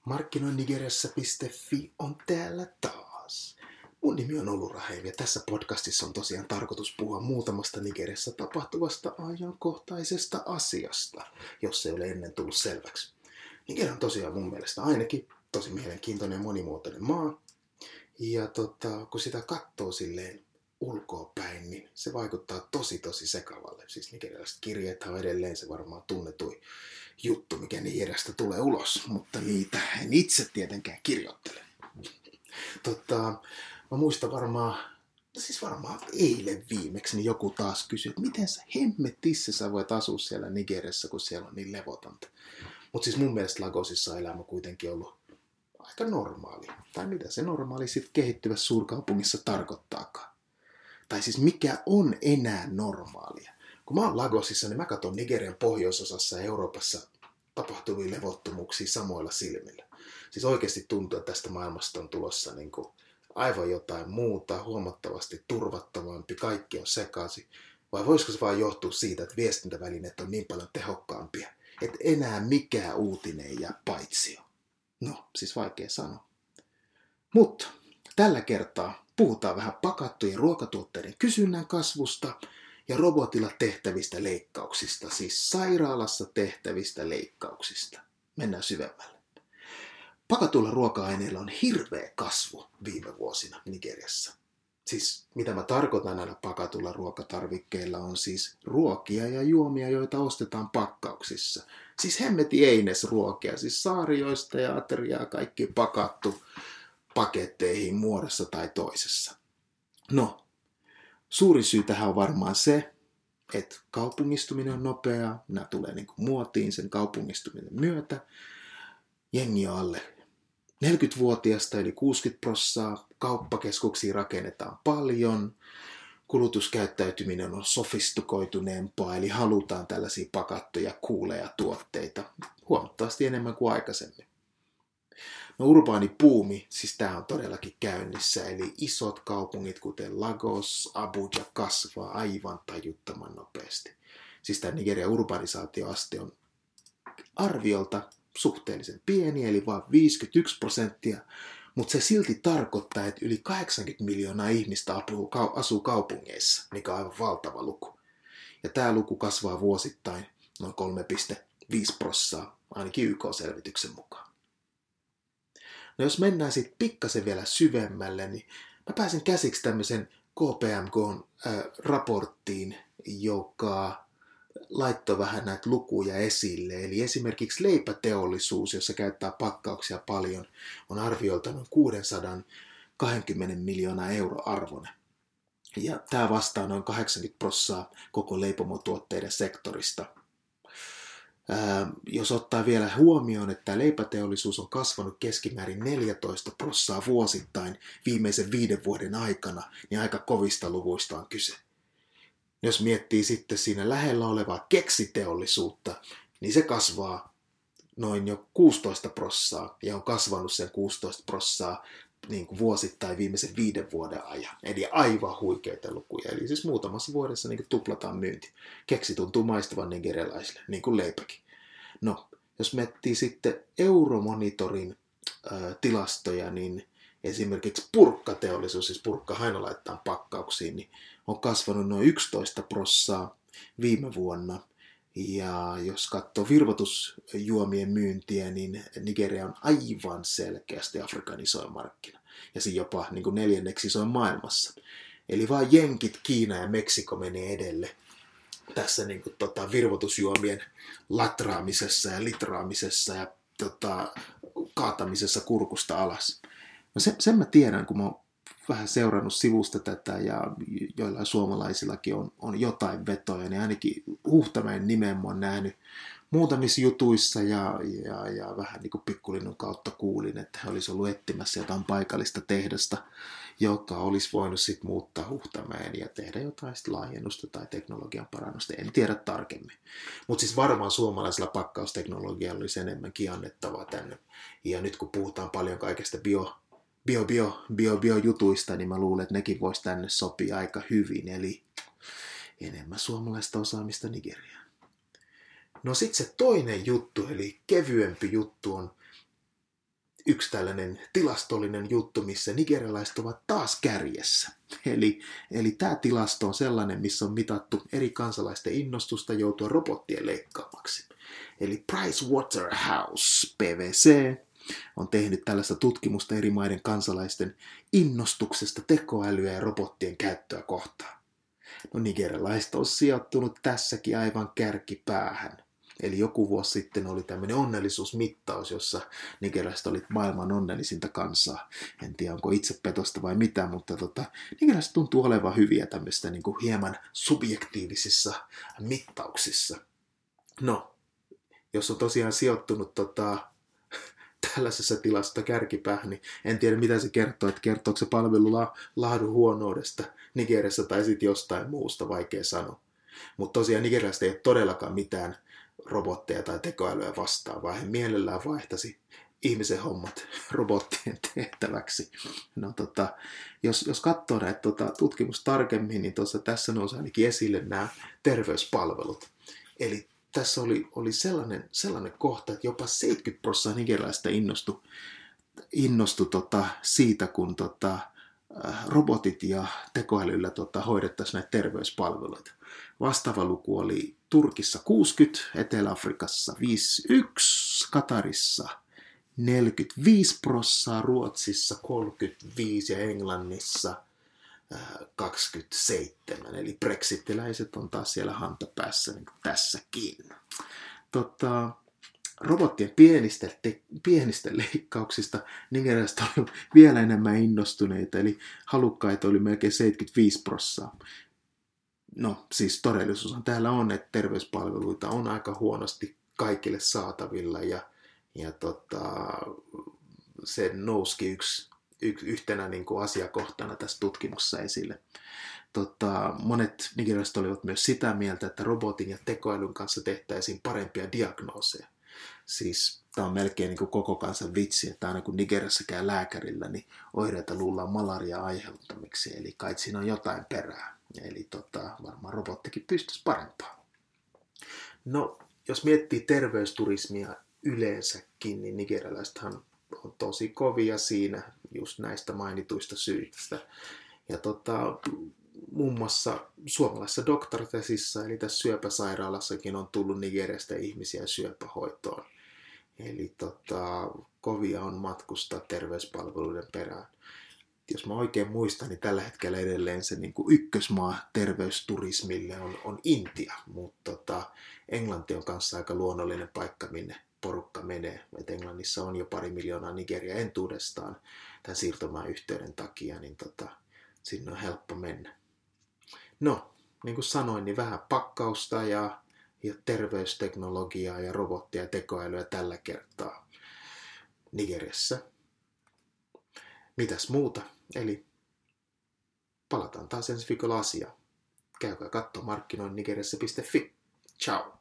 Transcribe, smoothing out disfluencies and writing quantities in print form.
Markkinoinnigeriassa.fi on täällä taas. Mun nimi on Ollu Rahim ja tässä podcastissa on tosiaan tarkoitus puhua muutamasta Nigeriassa tapahtuvasta ajankohtaisesta asiasta, jos se ei ole ennen tullut selväksi. Nigeria on tosiaan mun mielestä ainakin tosi mielenkiintoinen ja monimuotoinen maa. Ja kun sitä katsoo silleen ulkoa päin, niin se vaikuttaa tosi sekavalle. Siis nigerialaiset kirjeet on edelleen se varmaan tunnetuin juttu, mikä Nigeriasta tulee ulos, mutta niitä en itse tietenkään kirjoittele. Mä muistan varmaan eilen viimeksi niin joku taas kysyi, että miten sä hemmetissä sä voit asua siellä Nigeriassa, kun siellä on niin levotonta. Mutta siis mun mielestä Lagosissa elämä kuitenkin ollut aika normaali. Tai mitä se normaali sitten kehittyvässä suurkaupungissa tarkoittaakaan. Tai siis mikä on enää normaalia. Kun mä oon Lagosissa, niin mä katson Nigerian pohjoisosassa ja Euroopassa tapahtuvia levottomuuksia samoilla silmillä. Siis oikeasti tuntuu, että tästä maailmasta on tulossa niin kuin aivan jotain muuta, huomattavasti turvattomampi, kaikki on sekaisin. Vai voisiko se vaan johtua siitä, että viestintävälineet on niin paljon tehokkaampia, että enää mikään uutinen ei jää paitsioon? No, siis vaikea sanoa. Mutta tällä kertaa puhutaan vähän pakattujen ruokatuotteiden kysynnän kasvusta ja robotilla tehtävistä leikkauksista, siis sairaalassa tehtävistä leikkauksista. Mennään syvemmälle. Pakatuilla ruoka-aineilla on hirveä kasvu viime vuosina Nigeriassa. Siis mitä mä tarkoitan näillä pakatuilla ruokatarvikkeilla on siis ruokia ja juomia, joita ostetaan pakkauksissa. Siis hemmeti einesruokia, siis saarioista ja ateriaa kaikki pakattu paketteihin muodossa tai toisessa. No, suuri syy tähän on varmaan se, että kaupungistuminen on nopeaa, nämä tulee niin kuin muotiin sen kaupungistuminen myötä. Jengi on alle 40-vuotiaasta yli 60%, kauppakeskuksia rakennetaan paljon, kulutuskäyttäytyminen on sofistikoituneempaa, eli halutaan tällaisia pakattuja kuuleja tuotteita huomattavasti enemmän kuin aikaisemmin. No urbaanipuumi, siis tämä on todellakin käynnissä, eli isot kaupungit kuten Lagos, Abuja kasvaa aivan tajuttoman nopeasti. Siis tämä Nigerian urbanisaatioaste on arviolta suhteellisen pieni, eli vain 51%, mutta se silti tarkoittaa, että yli 80 miljoonaa ihmistä asuu kaupungeissa, mikä on aivan valtava luku. Ja tämä luku kasvaa vuosittain noin 3,5%, ainakin YK-selvityksen mukaan. No jos mennään sitten pikkasen vielä syvemmälle, niin mä pääsin käsiksi tämmöisen KPMG-raporttiin, joka laittoi vähän näitä lukuja esille. Eli esimerkiksi leipäteollisuus, jossa käyttää pakkauksia paljon, on arviolta noin 620 miljoonaa euro arvoinen. Ja tämä vastaa noin 80% koko leipomotuotteiden sektorista. Jos ottaa vielä huomioon, että leipäteollisuus on kasvanut keskimäärin 14% vuosittain viimeisen 5 vuoden aikana, niin aika kovista luvuista on kyse. Jos miettii sitten siinä lähellä olevaa keksiteollisuutta, niin se kasvaa noin jo 16% ja on kasvanut sen 16% niin kuin vuosittain viimeisen 5 vuoden ajan. Eli aivan huikeita lukuja. Eli siis muutamassa vuodessa niin kuin tuplataan myynti. Keksi tuntuu maistavan nigerialaisille, niin kuin leipäkin. No, jos miettii sitten Euromonitorin tilastoja, niin esimerkiksi purkkateollisuus, siis purkka aina laittaa pakkauksiin, niin on kasvanut noin 11% viime vuonna. Ja jos katsoo virvoitusjuomien myyntiä, niin Nigeria on aivan selkeästi Afrikan isoin markkina. Ja se jopa niin kuin 4. isoin maailmassa. Eli vaan Jenkit, Kiina ja Meksiko menee edelle tässä niin kuin, virvoitusjuomien latraamisessa ja litraamisessa ja kaatamisessa kurkusta alas. No sen mä tiedän, kun mä oon vähän seurannut sivusta tätä ja joillain suomalaisillakin on jotain vetoja, niin ainakin Huhtamäen nimen mä oon nähnyt muutamissa jutuissa ja vähän niin kuin pikkulinnun kautta kuulin, että he olisi ollut etsimässä jotain paikallista tehdasta, joka olisi voinut sitten muuttaa Huhtamäen ja tehdä jotain sitten laajennusta tai teknologian parannusta. En tiedä tarkemmin. Mutta siis varmaan suomalaisella pakkausteknologialla olisi enemmänkin annettavaa tänne. Ja nyt kun puhutaan paljon kaikesta bio-jutuista, niin mä luulen, että nekin voisi tänne sopia aika hyvin. Eli enemmän suomalaista osaamista Nigeriaan. No sitten se toinen juttu, eli kevyempi juttu on yksi tällainen tilastollinen juttu, missä nigerialaiset ovat taas kärjessä. Eli tämä tilasto on sellainen, missä on mitattu eri kansalaisten innostusta joutua robottien leikkaamaksi. Eli Pricewaterhouse, PwC, on tehnyt tällaista tutkimusta eri maiden kansalaisten innostuksesta tekoälyä ja robottien käyttöä kohtaan. No nigerialaiset on sijoittunut tässäkin aivan kärkipäähän. Eli joku vuosi sitten oli tämmöinen onnellisuusmittaus, jossa nigerialaiset oli maailman onnellisinta kansaa. En tiedä, onko itsepetosta vai mitä, mutta nigerialaiset tuntuu olevan hyviä tämmöistä niin kuin hieman subjektiivisissa mittauksissa. No, jos on tosiaan sijoittunut tällaisessa tilassa kärkipäähän, niin en tiedä mitä se kertoo, että kertooko se palvelun laadun huonoudesta Nigeriassa tai sitten jostain muusta, vaikea sanoa. Mutta tosiaan nigerialaiset ei ole todellakaan mitään robotteja tai tekoälyä vastaan, vaan he mielellään vaihtaisi ihmisen hommat robottien tehtäväksi. No, jos katsoo näitä tutkimusta tarkemmin, niin tässä nousi ainakin esille nämä terveyspalvelut. Eli tässä oli sellainen kohta, että jopa 70% nigerialaisista innostui siitä, kun robotit ja tekoälyllä hoidettaisiin näitä terveyspalveluita. Vastaava luku oli Turkissa 60, Etelä-Afrikassa 51, Katarissa 45%, Ruotsissa 35 ja Englannissa 27. Eli brexittiläiset on taas siellä hantapäässä niin kuin tässäkin. Robottien pienistä leikkauksista nigerialaiset oli vielä enemmän innostuneita, eli halukkaita oli melkein 75%. No siis todellisuushan täällä on, että terveyspalveluita on aika huonosti kaikille saatavilla ja se nousikin yhtenä niin kuin asiakohtana tässä tutkimuksessa esille. Monet nigerialaiset olivat myös sitä mieltä, että robotin ja tekoälyn kanssa tehtäisiin parempia diagnooseja. Siis tämä on melkein niin kuin koko kansan vitsi, että aina kun Nigeriassa käy lääkärillä, niin oireita luullaan malaria aiheuttamiksi, eli kai siinä on jotain perää. Eli varmaan robottikin pystyisi parempaan. No, jos miettii terveysturismia yleensäkin, niin nigerialaisethan on tosi kovia siinä just näistä mainituista syistä. Ja muun muassa suomalaisessa doktortesissa, eli tässä syöpäsairaalassakin on tullut Nigeriasta ihmisiä syöpähoitoon. Eli kovia on matkustaa terveyspalveluiden perään. Jos mä oikein muistan, niin tällä hetkellä edelleen se niin kuin ykkösmaa terveysturismille on Intia, mutta Englanti on kanssa aika luonnollinen paikka, minne porukka menee. Et Englannissa on jo 2 miljoonaa Nigeria entuudestaan tämän siirtomaan yhteyden takia, niin sinne on helppo mennä. No, niin kuin sanoin, niin vähän pakkausta ja terveysteknologiaa ja robottia ja tekoälyä tällä kertaa Nigeriassa. Mitäs muuta? Eli palataan taas ensi viikolla asiaan. Käykää katsomaan markkinoinnigeriassa.fi. Ciao!